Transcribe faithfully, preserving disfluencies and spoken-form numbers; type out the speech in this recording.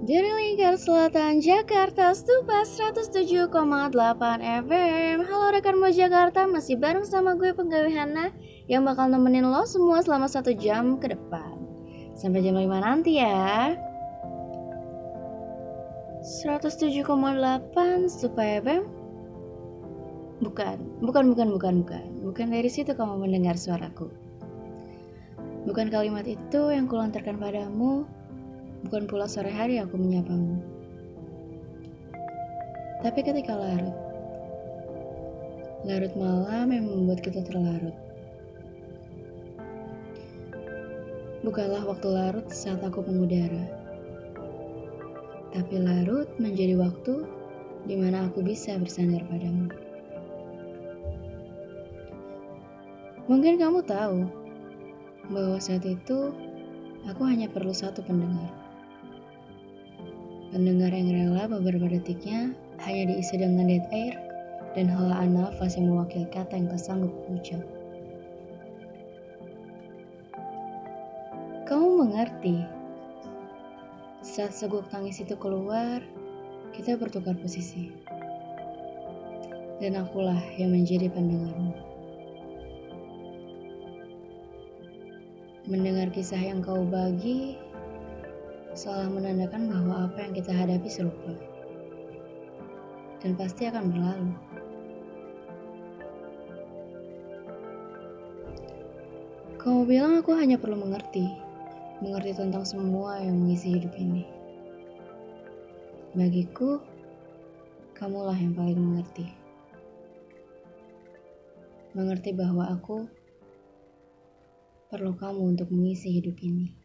Dari Lingkar Selatan Jakarta, Stupa seratus tujuh koma delapan F M. Halo rekan Mo Jakarta, masih bareng sama gue penggawe Hana yang bakal nemenin lo semua selama satu jam ke depan. Sampai jam lima nanti ya. seratus tujuh koma delapan Stupa F M. Bukan, bukan, bukan, bukan, bukan. Bukan dari situ kamu mendengar suaraku. Bukan kalimat itu yang kulontarkan padamu. Bukan pula sore hari aku menyapamu. Tapi ketika larut, larut malam yang membuat kita terlarut. Bukanlah waktu larut saat aku mengudara, tapi larut menjadi waktu di mana aku bisa bersandar padamu. Mungkin kamu tahu bahwa saat itu aku hanya perlu satu pendengar. Pendengar yang rela beberapa detiknya hanya diisi dengan dead air dan helaan nafas yang mewakili kata yang tak sanggup ucap. Kamu mengerti, saat seguk tangis itu keluar, kita bertukar posisi. Dan akulah yang menjadi pendengarmu. Mendengar kisah yang kau bagi, seolah menandakan bahwa apa yang kita hadapi serupa. Dan pasti akan berlalu. Kamu bilang aku hanya perlu mengerti. Mengerti tentang semua yang mengisi hidup ini. Bagiku, kamulah yang paling mengerti. Mengerti bahwa aku perlu kamu untuk mengisi hidup ini.